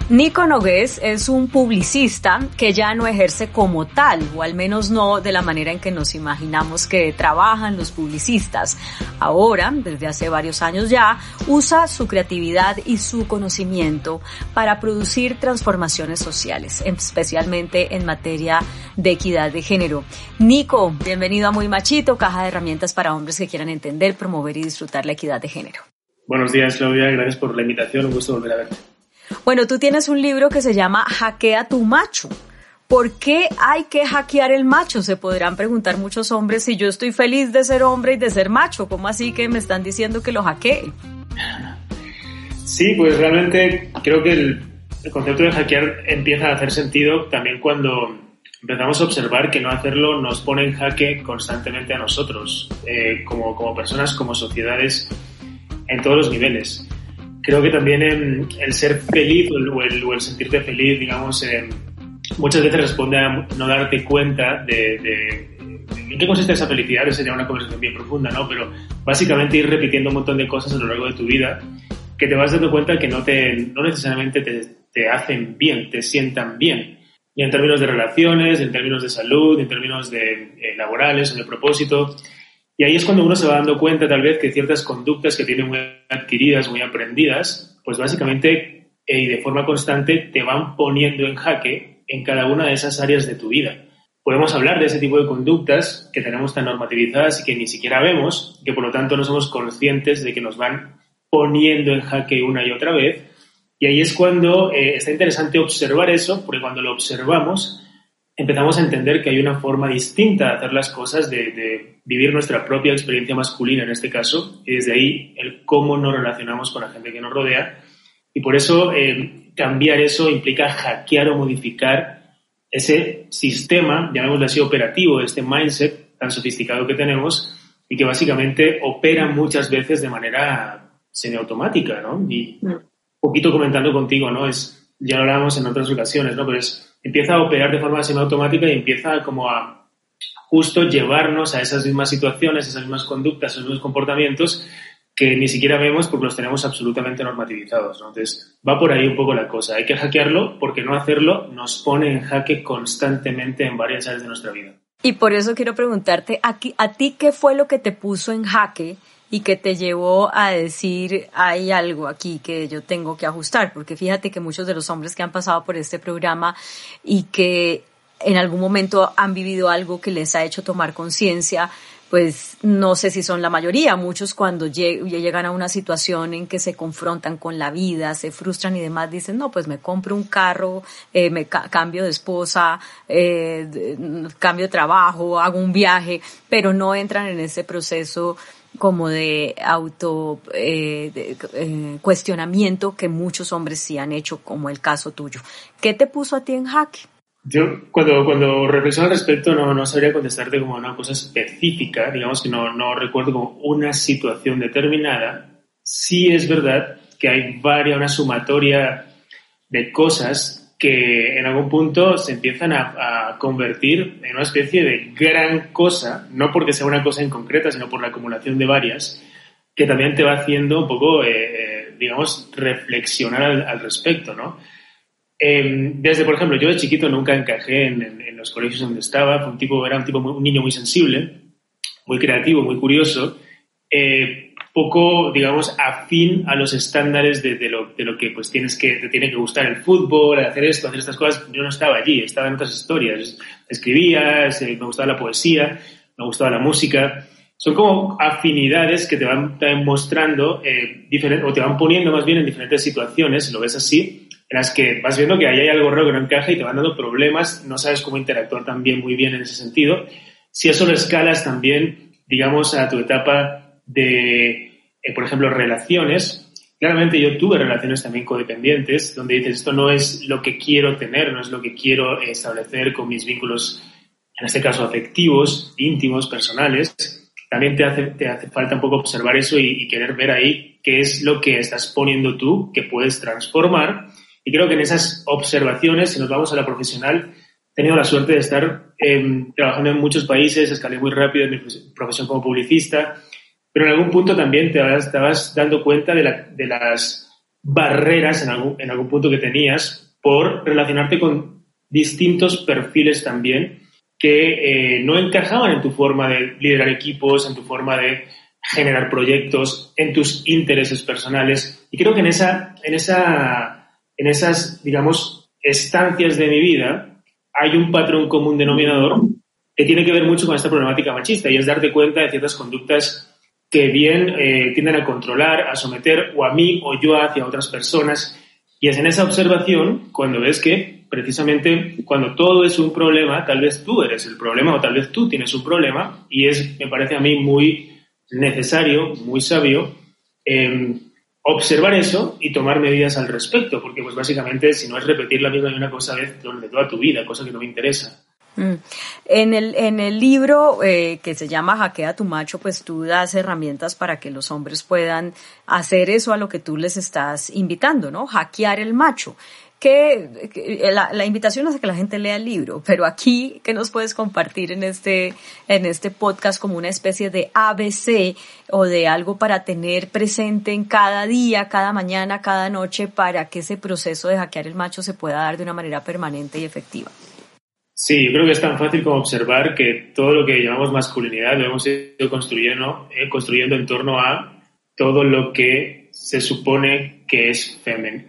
Nico Nogués es un publicista que ya no ejerce como tal, o al menos no de la manera en que nos imaginamos que trabajan los publicistas. Ahora, desde hace varios años ya, usa su creatividad y su conocimiento para producir transformaciones sociales, especialmente en materia de equidad de género. Nico, bienvenido a Muy Machito, caja de herramientas para hombres que quieran entender, promover y disfrutar la equidad de género. Buenos días, Claudia, gracias por la invitación, un gusto volver a verte. Bueno, tú tienes un libro que se llama Hackea tu macho. ¿Por qué hay que hackear el macho? Se podrán preguntar muchos hombres si yo estoy feliz de ser hombre y de ser macho. ¿Cómo así que me están diciendo que lo hackee? Sí, pues realmente creo que el concepto de hackear empieza a hacer sentido también cuando empezamos a observar que no hacerlo nos pone en jaque constantemente a nosotros, como personas, como sociedades, en todos los niveles. Creo que también el ser feliz o el sentirte feliz, digamos, muchas veces responde a no darte cuenta de en qué consiste esa felicidad. Esa sería una conversación bien profunda, ¿no? Pero básicamente ir repitiendo un montón de cosas a lo largo de tu vida que te vas dando cuenta que no necesariamente te hacen bien, te sientan bien. Y en términos de relaciones, en términos de salud, en términos de laborales o de propósito. Y ahí es cuando uno se va dando cuenta tal vez que ciertas conductas que tiene muy adquiridas, muy aprendidas, pues básicamente y de forma constante te van poniendo en jaque en cada una de esas áreas de tu vida. Podemos hablar de ese tipo de conductas que tenemos tan normativizadas y que ni siquiera vemos, que por lo tanto no somos conscientes de que nos van poniendo en jaque una y otra vez. Y ahí es cuando está interesante observar eso, porque cuando lo observamos empezamos a entender que hay una forma distinta de hacer las cosas, de vivir nuestra propia experiencia masculina en este caso, y desde ahí el cómo nos relacionamos con la gente que nos rodea. Y por eso cambiar eso implica hackear o modificar ese sistema, llamémoslo así, operativo, este mindset tan sofisticado que tenemos y que básicamente opera muchas veces de manera semiautomática, ¿no? Y un poquito comentando contigo, ¿no? Ya lo hablábamos en otras ocasiones, ¿no? Pero empieza a operar de forma semiautomática y empieza como a justo llevarnos a esas mismas situaciones, esas mismas conductas, esos mismos comportamientos que ni siquiera vemos porque los tenemos absolutamente normativizados, ¿no? Entonces, va por ahí un poco la cosa. Hay que hackearlo porque no hacerlo nos pone en jaque constantemente en varias áreas de nuestra vida. Y por eso quiero preguntarte, ¿a ti qué fue lo que te puso en jaque y que te llevó a decir hay algo aquí que yo tengo que ajustar? Porque fíjate que muchos de los hombres que han pasado por este programa y que en algún momento han vivido algo que les ha hecho tomar conciencia, pues no sé si son la mayoría, muchos cuando llegan a una situación en que se confrontan con la vida, se frustran y demás, dicen, no, pues me compro un carro, cambio de esposa, cambio de trabajo, hago un viaje, pero no entran en ese proceso como de cuestionamiento que muchos hombres sí han hecho, como el caso tuyo. ¿Qué te puso a ti en jaque? Yo cuando reflexiono al respecto no sabría contestarte como una cosa específica, digamos que no recuerdo como una situación determinada. Sí es verdad que hay una sumatoria de cosas que en algún punto se empiezan a convertir en una especie de gran cosa, no porque sea una cosa en concreta, sino por la acumulación de varias, que también te va haciendo un poco, digamos, reflexionar al respecto, ¿no? Desde, por ejemplo, yo de chiquito nunca encajé en los colegios donde estaba. Era un niño muy sensible, muy creativo, muy curioso, poco, digamos, afín a los estándares de lo que pues te tiene que gustar el fútbol, hacer esto, hacer estas cosas. Yo no estaba allí, estaba en otras historias. Escribía, me gustaba la poesía, me gustaba la música. Son como afinidades que te van mostrando o te van poniendo más bien en diferentes situaciones, si lo ves así, en las que vas viendo que ahí hay algo raro que no encaja y te van dando problemas, no sabes cómo interactuar también muy bien en ese sentido. Si eso lo escalas también, digamos, a tu etapa de, por ejemplo, relaciones, claramente yo tuve relaciones también codependientes, donde dices, esto no es lo que quiero tener, no es lo que quiero establecer con mis vínculos, en este caso afectivos, íntimos, personales. También te hace falta un poco observar eso y querer ver ahí qué es lo que estás poniendo tú, que puedes transformar. Y creo que en esas observaciones, si nos vamos a la profesional, he tenido la suerte de estar trabajando en muchos países, escalé muy rápido en mi profesión como publicista, pero en algún punto también te vas dando cuenta de las barreras en algún punto que tenías por relacionarte con distintos perfiles también que no encajaban en tu forma de liderar equipos, en tu forma de generar proyectos, en tus intereses personales. Y creo que en esas, digamos, estancias de mi vida hay un patrón común denominador que tiene que ver mucho con esta problemática machista, y es darte cuenta de ciertas conductas que bien tienden a controlar, a someter o a mí o yo hacia otras personas. Y es en esa observación cuando ves que precisamente cuando todo es un problema, tal vez tú eres el problema o tal vez tú tienes un problema, y me parece a mí muy necesario, muy sabio, observar eso y tomar medidas al respecto, porque pues básicamente si no es repetir la misma y una cosa vez durante toda tu vida, cosa que no me interesa. En el libro que se llama Hackea tu macho, pues tú das herramientas para que los hombres puedan hacer eso a lo que tú les estás invitando, ¿no? Hackear el macho. La invitación es a que la gente lea el libro, pero aquí, ¿qué nos puedes compartir en este podcast como una especie de ABC o de algo para tener presente en cada día, cada mañana, cada noche, para que ese proceso de hackear el macho se pueda dar de una manera permanente y efectiva? Sí, yo creo que es tan fácil como observar que todo lo que llamamos masculinidad lo hemos ido construyendo en torno a todo lo que se supone que es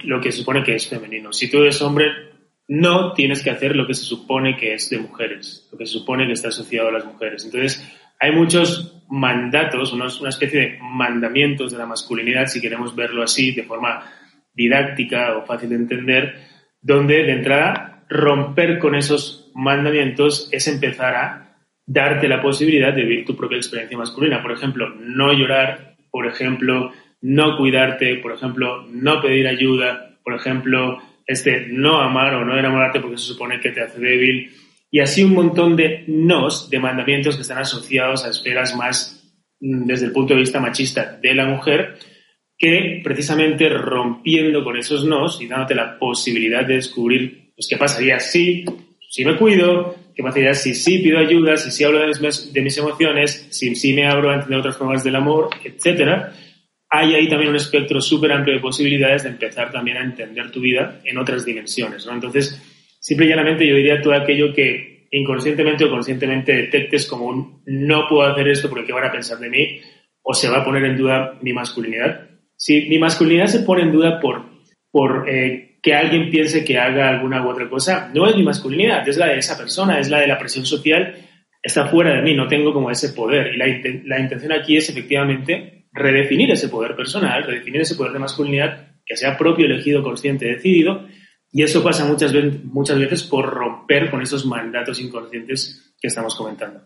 femenino. Si tú eres hombre, no tienes que hacer lo que se supone que es de mujeres, lo que se supone que está asociado a las mujeres. Entonces, hay muchos mandatos, una especie de mandamientos de la masculinidad, si queremos verlo así, de forma didáctica o fácil de entender, donde de entrada romper con esos mandamientos es empezar a darte la posibilidad de vivir tu propia experiencia masculina. Por ejemplo, no llorar, por ejemplo, no cuidarte, por ejemplo, no pedir ayuda, por ejemplo, no amar o no enamorarte porque se supone que te hace débil, y así un montón de de mandamientos que están asociados a esferas más desde el punto de vista machista de la mujer, que precisamente rompiendo con esos nos y dándote la posibilidad de descubrir pues, qué pasaría si me cuido, qué pasaría si sí pido ayuda, si sí hablo de mis emociones, si sí me abro a entender otras formas del amor, etcétera. Hay ahí también un espectro súper amplio de posibilidades de empezar también a entender tu vida en otras dimensiones, ¿no? Entonces, simple y llanamente yo diría todo aquello que inconscientemente o conscientemente detectes como un no puedo hacer esto porque ¿qué van a pensar de mí? O se va a poner en duda mi masculinidad. Si mi masculinidad se pone en duda por que alguien piense que haga alguna u otra cosa, no es mi masculinidad, es la de esa persona, es la de la presión social, está fuera de mí, no tengo como ese poder. Y la intención aquí es efectivamente redefinir ese poder personal, redefinir ese poder de masculinidad que sea propio, elegido, consciente, decidido, y eso pasa muchas veces por romper con esos mandatos inconscientes que estamos comentando.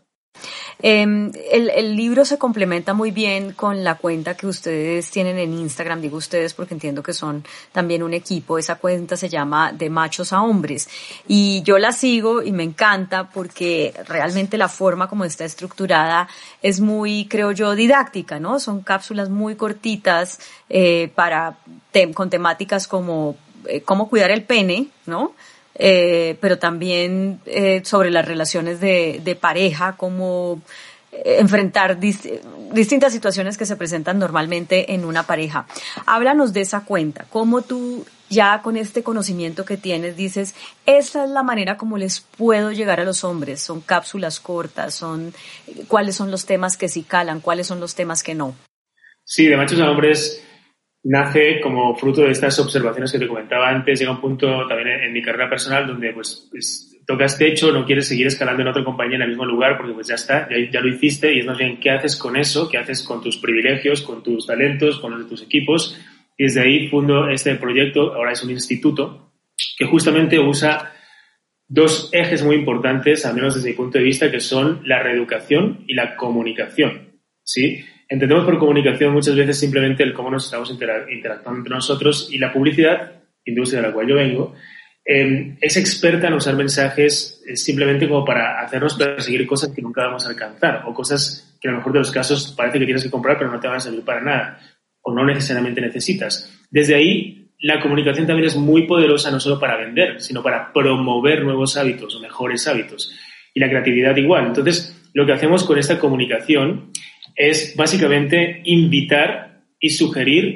El libro se complementa muy bien con la cuenta que ustedes tienen en Instagram, digo ustedes porque entiendo que son también un equipo. Esa cuenta se llama De Machos a Hombres y yo la sigo y me encanta porque realmente la forma como está estructurada es muy, creo yo, didáctica, ¿no? Son cápsulas muy cortitas con temáticas como cómo cuidar el pene, ¿no? Pero también sobre las relaciones de pareja, cómo enfrentar distintas situaciones que se presentan normalmente en una pareja. Háblanos de esa cuenta, cómo tú ya con este conocimiento que tienes dices, esta es la manera como les puedo llegar a los hombres, son cápsulas cortas, cuáles son los temas que sí calan, cuáles son los temas que no. Sí, De Machos a Hombres nace como fruto de estas observaciones que te comentaba antes. Llega un punto también en mi carrera personal donde pues tocas techo, no quieres seguir escalando en otra compañía en el mismo lugar porque pues ya está, ya lo hiciste, y es más bien qué haces con eso, qué haces con tus privilegios, con tus talentos, con los de tus equipos. Y desde ahí fundo este proyecto, ahora es un instituto, que justamente usa dos ejes muy importantes, al menos desde mi punto de vista, que son la reeducación y la comunicación, ¿sí? Entendemos por comunicación muchas veces simplemente el cómo nos estamos interactuando entre nosotros, y la publicidad, industria de la cual yo vengo, es experta en usar mensajes simplemente como para hacernos perseguir cosas que nunca vamos a alcanzar, o cosas que en el mejor de los casos parece que tienes que comprar pero no te van a servir para nada o no necesariamente necesitas. Desde ahí, la comunicación también es muy poderosa no solo para vender, sino para promover nuevos hábitos o mejores hábitos, y la creatividad igual. Entonces, lo que hacemos con esta comunicación es básicamente invitar y sugerir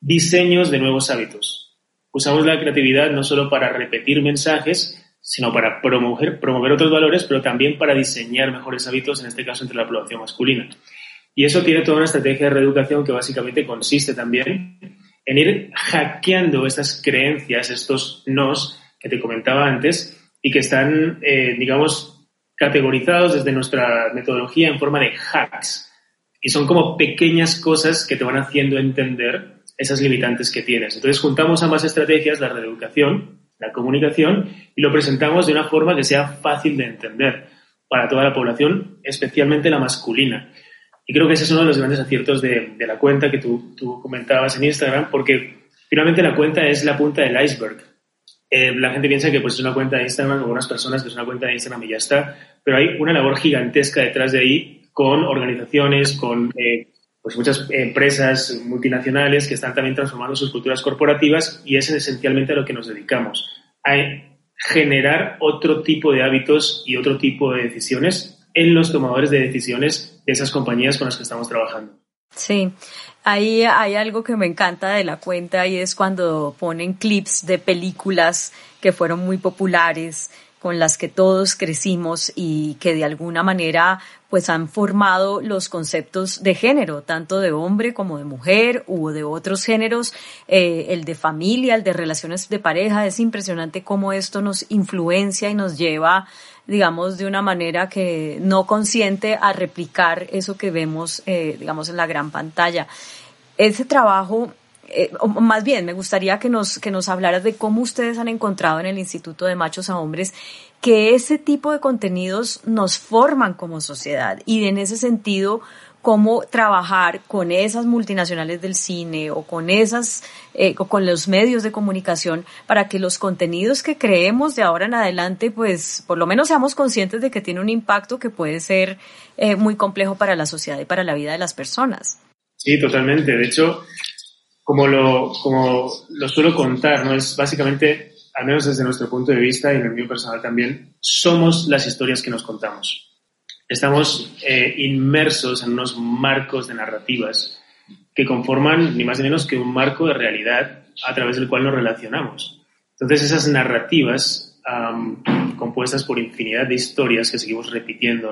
diseños de nuevos hábitos. Usamos la creatividad no solo para repetir mensajes, sino para promover otros valores, pero también para diseñar mejores hábitos, en este caso entre la población masculina. Y eso tiene toda una estrategia de reeducación que básicamente consiste también en ir hackeando estas creencias, estos nos que te comentaba antes y que están, digamos, categorizados desde nuestra metodología en forma de hacks. Y son como pequeñas cosas que te van haciendo entender esas limitantes que tienes. Entonces juntamos ambas estrategias, la reeducación, la comunicación, y lo presentamos de una forma que sea fácil de entender para toda la población, especialmente la masculina. Y creo que ese es uno de los grandes aciertos de la cuenta que tú comentabas en Instagram, porque finalmente la cuenta es la punta del iceberg. La gente piensa que pues, es una cuenta de Instagram, algunas personas que es una cuenta de Instagram y ya está, pero hay una labor gigantesca detrás de ahí con organizaciones, con pues muchas empresas multinacionales que están también transformando sus culturas corporativas, y es esencialmente a lo que nos dedicamos, a generar otro tipo de hábitos y otro tipo de decisiones en los tomadores de decisiones de esas compañías con las que estamos trabajando. Sí, ahí hay algo que me encanta de la cuenta y es cuando ponen clips de películas que fueron muy populares, con las que todos crecimos y que de alguna manera pues han formado los conceptos de género, tanto de hombre como de mujer u de otros géneros, el de familia, el de relaciones de pareja. Es impresionante cómo esto nos influencia y nos lleva, digamos, de una manera que no consciente a replicar eso que vemos, digamos, en la gran pantalla. Ese trabajo, o más bien, me gustaría que nos hablaras de cómo ustedes han encontrado en el Instituto de Machos a Hombres que ese tipo de contenidos nos forman como sociedad, y en ese sentido, cómo trabajar con esas multinacionales del cine o con con los medios de comunicación para que los contenidos que creemos de ahora en adelante, pues por lo menos seamos conscientes de que tiene un impacto que puede ser muy complejo para la sociedad y para la vida de las personas. Sí, totalmente. De hecho, como lo suelo contar, ¿no? Es básicamente, al menos desde nuestro punto de vista y en el mío personal también, somos las historias que nos contamos. Estamos inmersos en unos marcos de narrativas que conforman ni más ni menos que un marco de realidad a través del cual nos relacionamos. Entonces esas narrativas compuestas por infinidad de historias que seguimos repitiendo,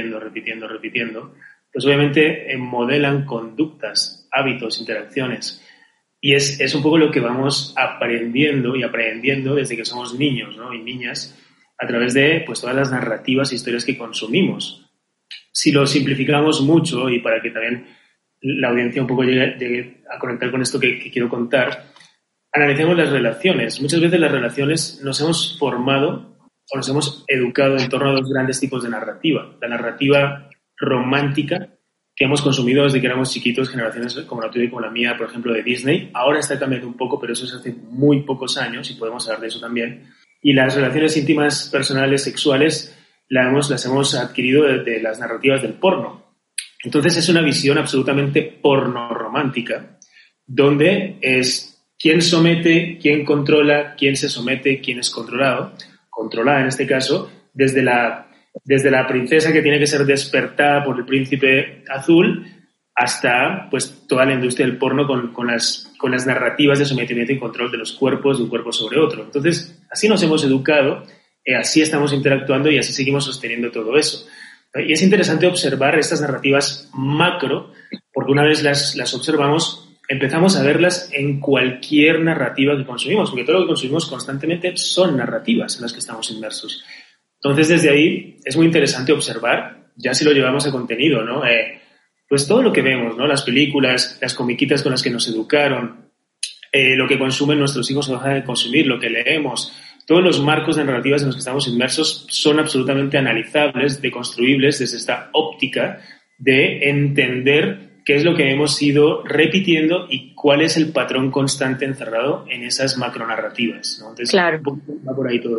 pues obviamente modelan conductas, hábitos, interacciones. Y es un poco lo que vamos aprendiendo desde que somos niños, ¿no? Y niñas, a través de pues, todas las narrativas e historias que consumimos. Si lo simplificamos mucho, y para que también la audiencia un poco llegue a conectar con esto que quiero contar, analicemos las relaciones. Muchas veces las relaciones nos hemos formado o nos hemos educado en torno a dos grandes tipos de narrativa. La narrativa romántica, que hemos consumido desde que éramos chiquitos, generaciones como la tuya y como la mía, por ejemplo, de Disney. Ahora está cambiando un poco, pero eso es hace muy pocos años y podemos hablar de eso también. Y las relaciones íntimas, personales, sexuales, las hemos adquirido de las narrativas del porno. Entonces es una visión absolutamente porno-romántica, donde es quién somete, quién controla, quién se somete, quién es controlado, controlada en este caso, desde la princesa que tiene que ser despertada por el príncipe azul hasta pues toda la industria del porno con las narrativas de sometimiento y control de los cuerpos, de un cuerpo sobre otro. Entonces, así nos hemos educado, así estamos interactuando y así seguimos sosteniendo todo eso. Y es interesante observar estas narrativas macro, porque una vez las observamos, empezamos a verlas en cualquier narrativa que consumimos, porque todo lo que consumimos constantemente son narrativas en las que estamos inmersos. Entonces, desde ahí es muy interesante observar, ya si lo llevamos a contenido, ¿no? Pues todo lo que vemos, ¿no? Las películas, las comiquitas con las que nos educaron, lo que consumen nuestros hijos o dejan de consumir, lo que leemos, todos los marcos de narrativas en los que estamos inmersos son absolutamente analizables, deconstruibles desde esta óptica de entender qué es lo que hemos ido repitiendo y cuál es el patrón constante encerrado en esas macronarrativas, ¿no? Entonces, claro. Va por ahí todo eso.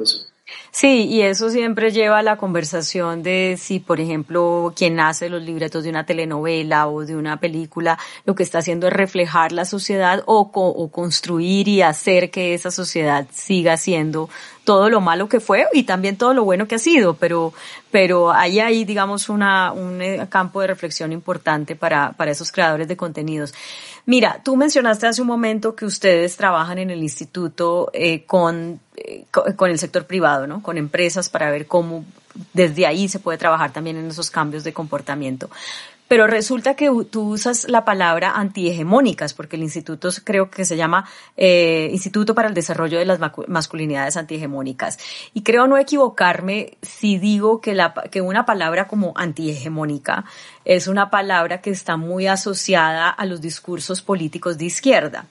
Sí, y eso siempre lleva a la conversación de si, por ejemplo, quien hace los libretos de una telenovela o de una película, lo que está haciendo es reflejar la sociedad o construir y hacer que esa sociedad siga siendo todo lo malo que fue y también todo lo bueno que ha sido, pero hay, digamos, un campo de reflexión importante para esos creadores de contenidos. Mira, tú mencionaste hace un momento que ustedes trabajan en el instituto con el sector privado, ¿no? Con empresas para ver cómo desde ahí se puede trabajar también en esos cambios de comportamiento. Pero resulta que tú usas la palabra antihegemónicas, porque el instituto creo que se llama Instituto para el Desarrollo de las Masculinidades Antihegemónicas. Y creo no equivocarme si digo que una palabra como antihegemónica es una palabra que está muy asociada a los discursos políticos de izquierda.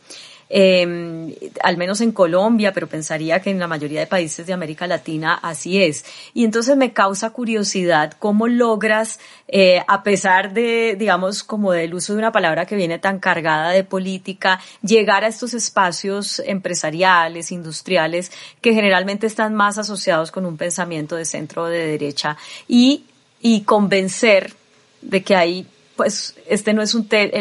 Al menos en Colombia, pero pensaría que en la mayoría de países de América Latina así es. Y entonces me causa curiosidad cómo logras, a pesar de, digamos, como del uso de una palabra que viene tan cargada de política, llegar a estos espacios empresariales, industriales, que generalmente están más asociados con un pensamiento de centro o de derecha y convencer de que hay, pues este no es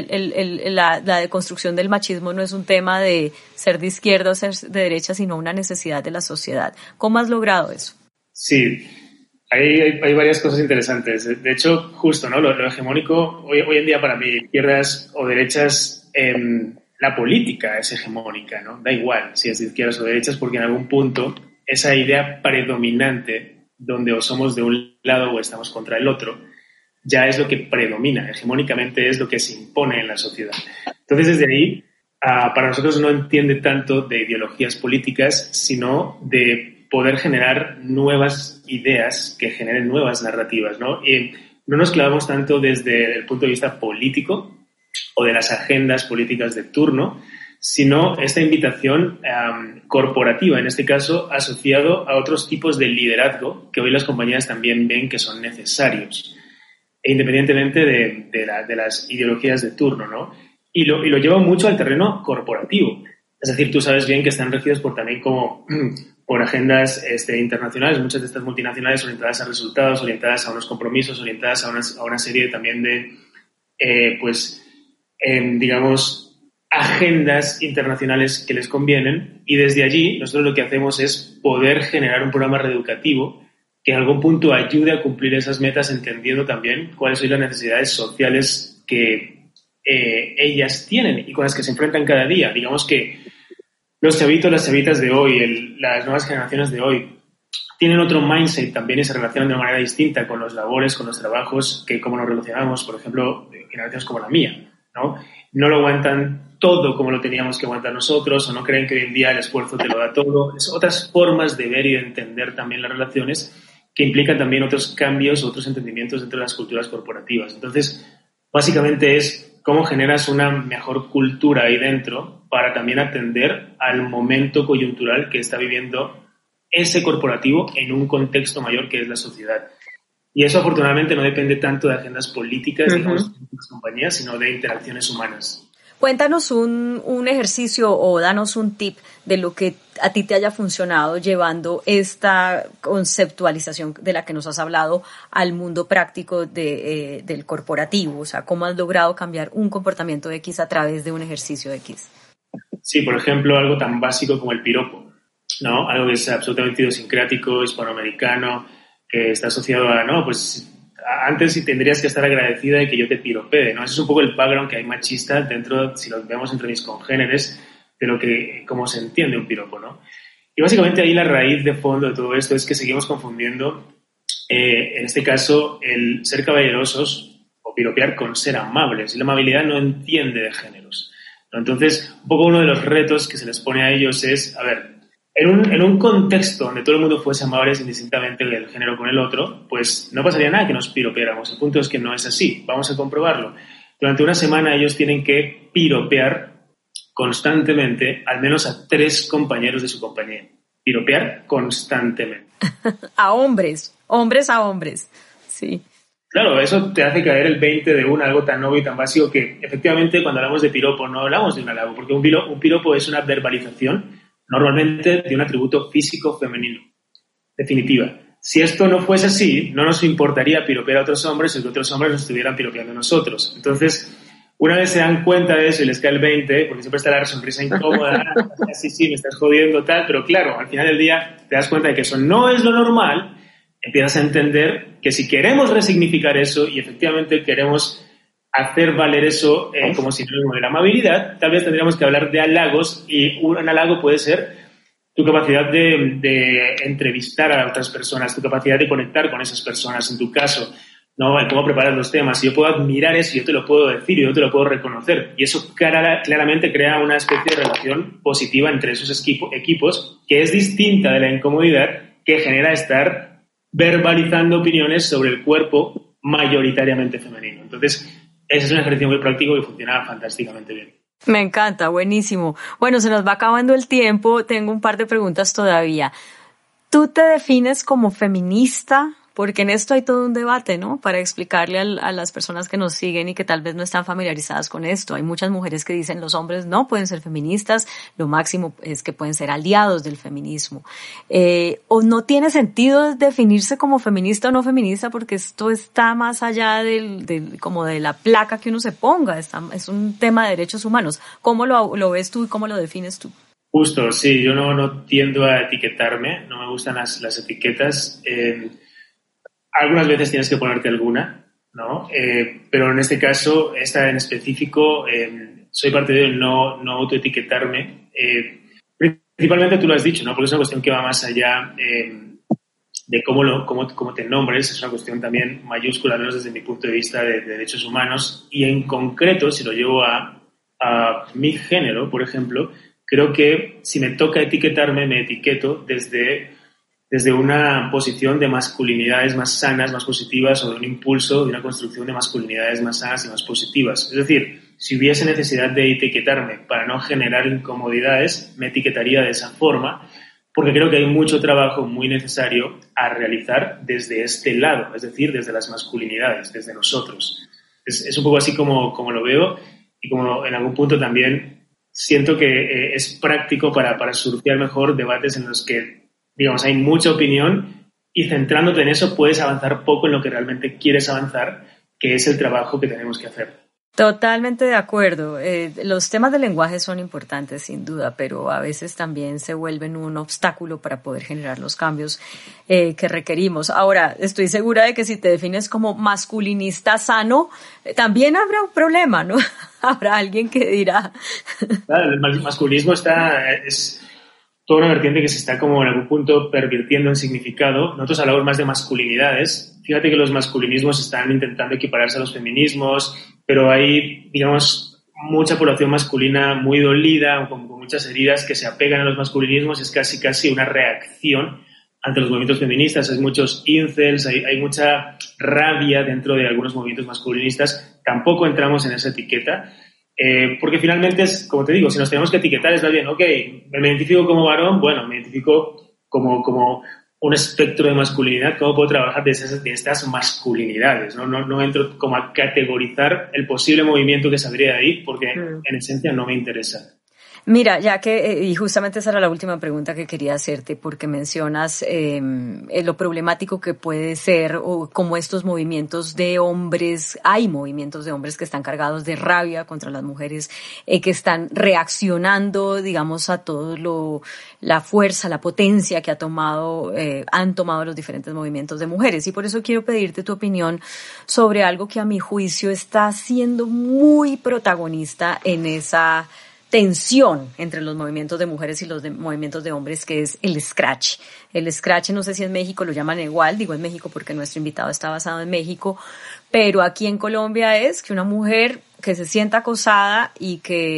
la deconstrucción del machismo no es un tema de ser de izquierda o ser de derecha, sino una necesidad de la sociedad. ¿Cómo has logrado eso? Sí, hay varias cosas interesantes. De hecho, justo, ¿no? Lo hegemónico, hoy en día para mí, izquierdas o derechas, la política es hegemónica, ¿no? Da igual si es de izquierdas o derechas, porque en algún punto esa idea predominante, donde o somos de un lado o estamos contra el otro, ya es lo que predomina, hegemónicamente es lo que se impone en la sociedad. Entonces, desde ahí, para nosotros no entiende tanto de ideologías políticas, sino de poder generar nuevas ideas que generen nuevas narrativas, ¿no? Y no nos clavamos tanto desde el punto de vista político o de las agendas políticas de turno, sino esta invitación corporativa, en este caso, asociado a otros tipos de liderazgo que hoy las compañías también ven que son necesarios, independientemente de las ideologías de turno, ¿no? Y lo lleva mucho al terreno corporativo. Es decir, tú sabes bien que están regidos también por agendas internacionales. Muchas de estas multinacionales orientadas a resultados, orientadas a unos compromisos, orientadas a una serie también de, digamos, agendas internacionales que les convienen. Y desde allí nosotros lo que hacemos es poder generar un programa reeducativo que en algún punto ayude a cumplir esas metas, entendiendo también cuáles son las necesidades sociales que ellas tienen y con las que se enfrentan cada día. Digamos que los chavitos, las chavitas de hoy, las nuevas generaciones de hoy, tienen otro mindset también y se relacionan de una manera distinta con los labores, con los trabajos, que como nos relacionamos, por ejemplo, generaciones como la mía, ¿no? No lo aguantan todo como lo teníamos que aguantar nosotros, o no creen que hoy en día el esfuerzo te lo da todo. Es otras formas de ver y de entender también las relaciones que implican también otros cambios, otros entendimientos dentro de las culturas corporativas. Entonces, básicamente es cómo generas una mejor cultura ahí dentro para también atender al momento coyuntural que está viviendo ese corporativo en un contexto mayor que es la sociedad. Y eso afortunadamente no depende tanto de agendas políticas, digamos, de las compañías, sino de interacciones humanas. Cuéntanos un ejercicio o danos un tip de lo que a ti te haya funcionado llevando esta conceptualización de la que nos has hablado al mundo práctico del corporativo. O sea, ¿cómo has logrado cambiar un comportamiento X a través de un ejercicio X? Sí, por ejemplo, algo tan básico como el piropo, ¿no? Algo que es absolutamente idiosincrático, hispanoamericano, que está asociado a, no, pues antes sí tendrías que estar agradecida de que yo te piropee, ¿no? Ese es un poco el background que hay machista dentro, si lo vemos entre mis congéneres, de lo que, cómo se entiende un piropo, ¿no? Y básicamente ahí la raíz de fondo de todo esto es que seguimos confundiendo, en este caso, el ser caballerosos o piropear con ser amables. Y la amabilidad no entiende de géneros, ¿no? Entonces, un poco uno de los retos que se les pone a ellos es, a ver, en un contexto donde todo el mundo fuese amable indistintamente del género con el otro, pues no pasaría nada que nos piropeáramos. El punto es que no es así. Vamos a comprobarlo. Durante una semana ellos tienen que piropear constantemente al menos a 3 compañeros de su compañía. Piropear constantemente. A hombres a hombres, sí. Claro, eso te hace caer el 20 de algo tan obvio y tan básico que efectivamente cuando hablamos de piropo no hablamos de un halago, porque un piropo es una verbalización normalmente de un atributo físico femenino. definitiva. Si esto no fuese así, no nos importaría piropear a otros hombres o que otros hombres nos estuvieran piropeando a nosotros. Entonces, una vez se dan cuenta de eso y les cae el 20, porque siempre está la sonrisa incómoda, sí, me estás jodiendo, tal, pero claro, al final del día te das cuenta de que eso no es lo normal, empiezas a entender que si queremos resignificar eso y efectivamente queremos hacer valer eso como sinónimo de la amabilidad, tal vez tendríamos que hablar de halagos, y un halago puede ser tu capacidad de entrevistar a otras personas, tu capacidad de conectar con esas personas, en tu caso, ¿no? En cómo preparar los temas. Si yo puedo admirar eso, yo te lo puedo decir y yo te lo puedo reconocer. Y eso claramente crea una especie de relación positiva entre esos equipos que es distinta de la incomodidad que genera estar verbalizando opiniones sobre el cuerpo mayoritariamente femenino. Entonces, ese es un ejercicio muy práctico y funciona fantásticamente bien. Me encanta, buenísimo. Bueno, se nos va acabando el tiempo. Tengo un par de preguntas todavía. ¿Tú te defines como feminista? Porque en esto hay todo un debate, ¿no? Para explicarle a las personas que nos siguen y que tal vez no están familiarizadas con esto. Hay muchas mujeres que dicen los hombres no pueden ser feministas, lo máximo es que pueden ser aliados del feminismo. O no tiene sentido definirse como feminista o no feminista porque esto está más allá como de la placa que uno se ponga. Es un tema de derechos humanos. ¿Cómo lo ves tú y cómo lo defines tú? Justo, sí, yo no tiendo a etiquetarme, no me gustan las etiquetas. Algunas veces tienes que ponerte alguna, ¿no? Pero en este caso, esta en específico, soy partidario de no autoetiquetarme. Principalmente tú lo has dicho, ¿no? Porque es una cuestión que va más allá de cómo te nombres. Es una cuestión también mayúscula, al menos desde mi punto de vista de derechos humanos. Y en concreto, si lo llevo a mi género, por ejemplo, creo que si me toca etiquetarme, me etiqueto desde una posición de masculinidades más sanas, más positivas, o de un impulso de una construcción de masculinidades más sanas y más positivas. Es decir, si hubiese necesidad de etiquetarme para no generar incomodidades, me etiquetaría de esa forma, porque creo que hay mucho trabajo muy necesario a realizar desde este lado, es decir, desde las masculinidades, desde nosotros. Es un poco así como lo veo, y como en algún punto también siento que es práctico para surfear mejor debates en los que, digamos, hay mucha opinión y centrándote en eso puedes avanzar poco en lo que realmente quieres avanzar, que es el trabajo que tenemos que hacer. Totalmente de acuerdo. Los temas del lenguaje son importantes, sin duda, pero a veces también se vuelven un obstáculo para poder generar los cambios que requerimos. Ahora, estoy segura de que si te defines como masculinista sano, también habrá un problema, ¿no? Habrá alguien que dirá... Claro, el masculinismo es toda una vertiente que se está como en algún punto pervirtiendo en significado. Nosotros hablamos más de masculinidades. Fíjate que los masculinismos están intentando equipararse a los feminismos, pero hay, digamos, mucha población masculina muy dolida, con muchas heridas que se apegan a los masculinismos. Es casi una reacción ante los movimientos feministas. Hay muchos incels, hay mucha rabia dentro de algunos movimientos masculinistas. Tampoco entramos en esa etiqueta. Porque finalmente es, como te digo, si nos tenemos que etiquetar es bien, ok, me identifico como varón, bueno, me identifico como un espectro de masculinidad, ¿cómo puedo trabajar de estas masculinidades? No entro como a categorizar el posible movimiento que saldría de ahí, porque en esencia no me interesa. Mira, ya que, y justamente esa era la última pregunta que quería hacerte, porque mencionas lo problemático que puede ser, o como estos movimientos de hombres, hay movimientos de hombres que están cargados de rabia contra las mujeres, que están reaccionando, digamos, a todo la fuerza, la potencia que han tomado los diferentes movimientos de mujeres. Y por eso quiero pedirte tu opinión sobre algo que a mi juicio está siendo muy protagonista en esa tensión entre los movimientos de mujeres y los movimientos de hombres, que es el scratch. El scratch, no sé si en México lo llaman igual, digo en México porque nuestro invitado está basado en México, pero aquí en Colombia es que una mujer que se sienta acosada y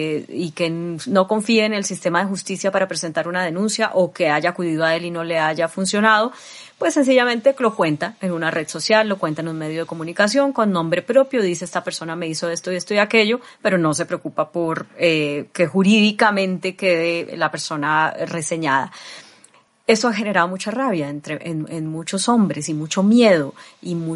que no confíe en el sistema de justicia para presentar una denuncia, o que haya acudido a él y no le haya funcionado, pues sencillamente lo cuenta en una red social, lo cuenta en un medio de comunicación con nombre propio, dice esta persona me hizo esto y esto y aquello, pero no se preocupa por que jurídicamente quede la persona reseñada. Eso ha generado mucha rabia en muchos hombres y mucho miedo y un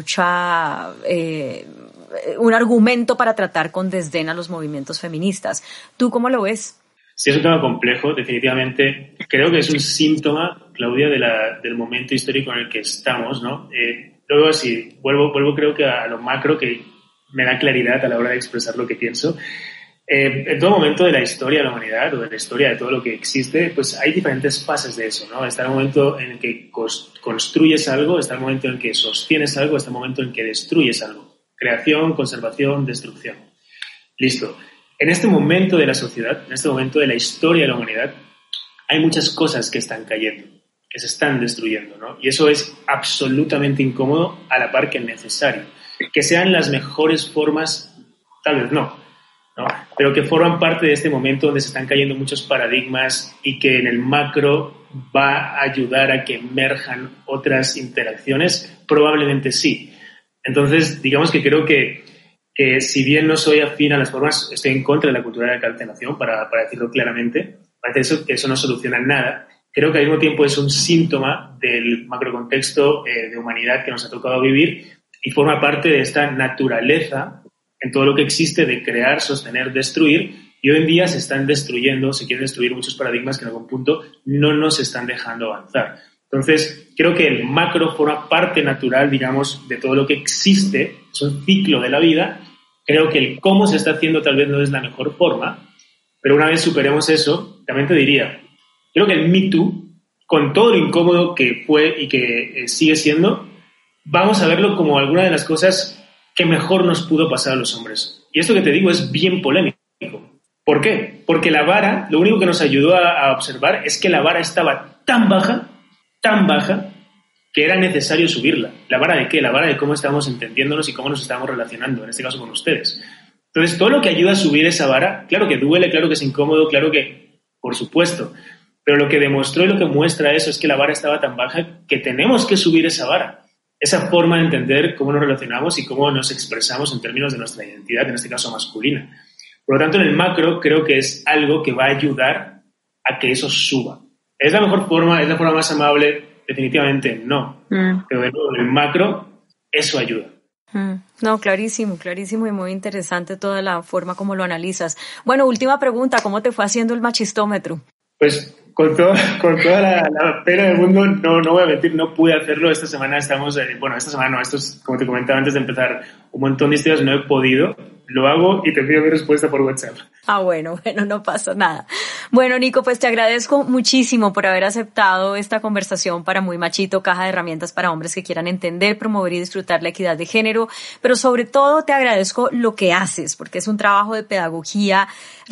argumento para tratar con desdén a los movimientos feministas. ¿Tú cómo lo ves? Sí, es un tema complejo, definitivamente. Creo que es un síntoma Claudia, del momento histórico en el que estamos, ¿no? Luego, sí, vuelvo creo que a lo macro, que me da claridad a la hora de expresar lo que pienso. En todo momento de la historia de la humanidad o de la historia de todo lo que existe, pues hay diferentes fases de eso, ¿no? Está el momento en el que construyes algo, está el momento en el que sostienes algo, está el momento en que destruyes algo. Creación, conservación, destrucción. Listo. En este momento de la sociedad, en este momento de la historia de la humanidad, hay muchas cosas que están cayendo, que se están destruyendo, ¿no? Y eso es absolutamente incómodo, a la par que necesario. Que sean las mejores formas, tal vez no, pero que forman parte de este momento donde se están cayendo muchos paradigmas y que en el macro va a ayudar a que emerjan otras interacciones, probablemente sí. Entonces, digamos que creo que si bien no soy afín a las formas, estoy en contra de la cultura de la cancelación, para decirlo claramente. Parece que eso no soluciona nada. Creo que al mismo tiempo es un síntoma del macrocontexto de humanidad que nos ha tocado vivir y forma parte de esta naturaleza en todo lo que existe de crear, sostener, destruir, y hoy en día se están destruyendo, se quieren destruir muchos paradigmas que en algún punto no nos están dejando avanzar. Entonces, creo que el macro forma parte natural, digamos, de todo lo que existe, es un ciclo de la vida. Creo que el cómo se está haciendo tal vez no es la mejor forma, pero una vez superemos eso, también te diría, creo que el Me Too, con todo lo incómodo que fue y que sigue siendo, vamos a verlo como alguna de las cosas que mejor nos pudo pasar a los hombres. Y esto que te digo es bien polémico. ¿Por qué? Porque la vara, lo único que nos ayudó a observar es que la vara estaba tan baja, que era necesario subirla. ¿La vara de qué? La vara de cómo estábamos entendiéndonos y cómo nos estábamos relacionando, en este caso con ustedes. Entonces, todo lo que ayuda a subir esa vara, claro que duele, claro que es incómodo, claro que, por supuesto, pero lo que demostró y lo que muestra eso es que la vara estaba tan baja que tenemos que subir esa vara. Esa forma de entender cómo nos relacionamos y cómo nos expresamos en términos de nuestra identidad, en este caso masculina. Por lo tanto, en el macro creo que es algo que va a ayudar a que eso suba. ¿Es la mejor forma? ¿Es la forma más amable? Definitivamente no. Pero de nuevo, en el macro, eso ayuda. No, clarísimo y muy interesante toda la forma como lo analizas. Bueno, última pregunta, ¿cómo te fue haciendo el machistómetro? Pues con toda la pena del mundo, no voy a mentir, no pude hacerlo. Esta semana estamos, esta semana no, esto es, como te comentaba antes de empezar, un montón de historias, no he podido. Lo hago y te pido mi respuesta por WhatsApp. Bueno, no pasa nada. Bueno, Nico, pues te agradezco muchísimo por haber aceptado esta conversación para Muy Machito, caja de herramientas para hombres que quieran entender, promover y disfrutar la equidad de género, pero sobre todo te agradezco lo que haces, porque es un trabajo de pedagogía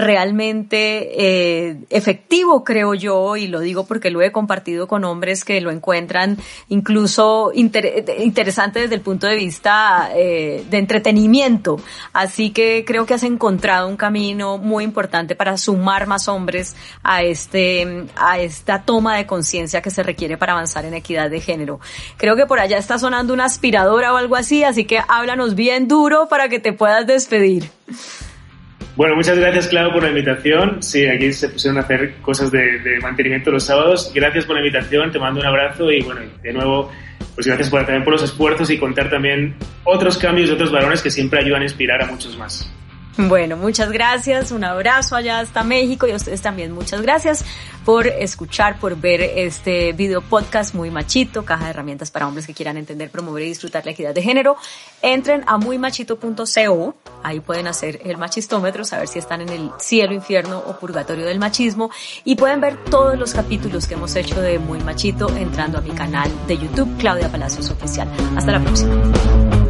realmente efectivo, creo yo, y lo digo porque lo he compartido con hombres que lo encuentran incluso interesante desde el punto de vista de entretenimiento. Así que creo que has encontrado un camino muy importante para sumar más hombres a esta toma de conciencia que se requiere para avanzar en equidad de género. Creo que por allá está sonando una aspiradora o algo así que háblanos bien duro para que te puedas despedir. Bueno, muchas gracias, Clau, por la invitación. Sí, aquí se pusieron a hacer cosas de mantenimiento los sábados. Gracias por la invitación, te mando un abrazo y bueno, de nuevo, pues gracias también por los esfuerzos y contar también otros cambios de otros varones que siempre ayudan a inspirar a muchos más. Bueno, muchas gracias, un abrazo allá hasta México y a ustedes también muchas gracias por escuchar, por ver este video podcast Muy Machito, caja de herramientas para hombres que quieran entender, promover y disfrutar la equidad de género. Entren a muymachito.co, ahí pueden hacer el machistómetro, saber si están en el cielo, infierno o purgatorio del machismo y pueden ver todos los capítulos que hemos hecho de Muy Machito entrando a mi canal de YouTube, Claudia Palacios Oficial. Hasta la próxima.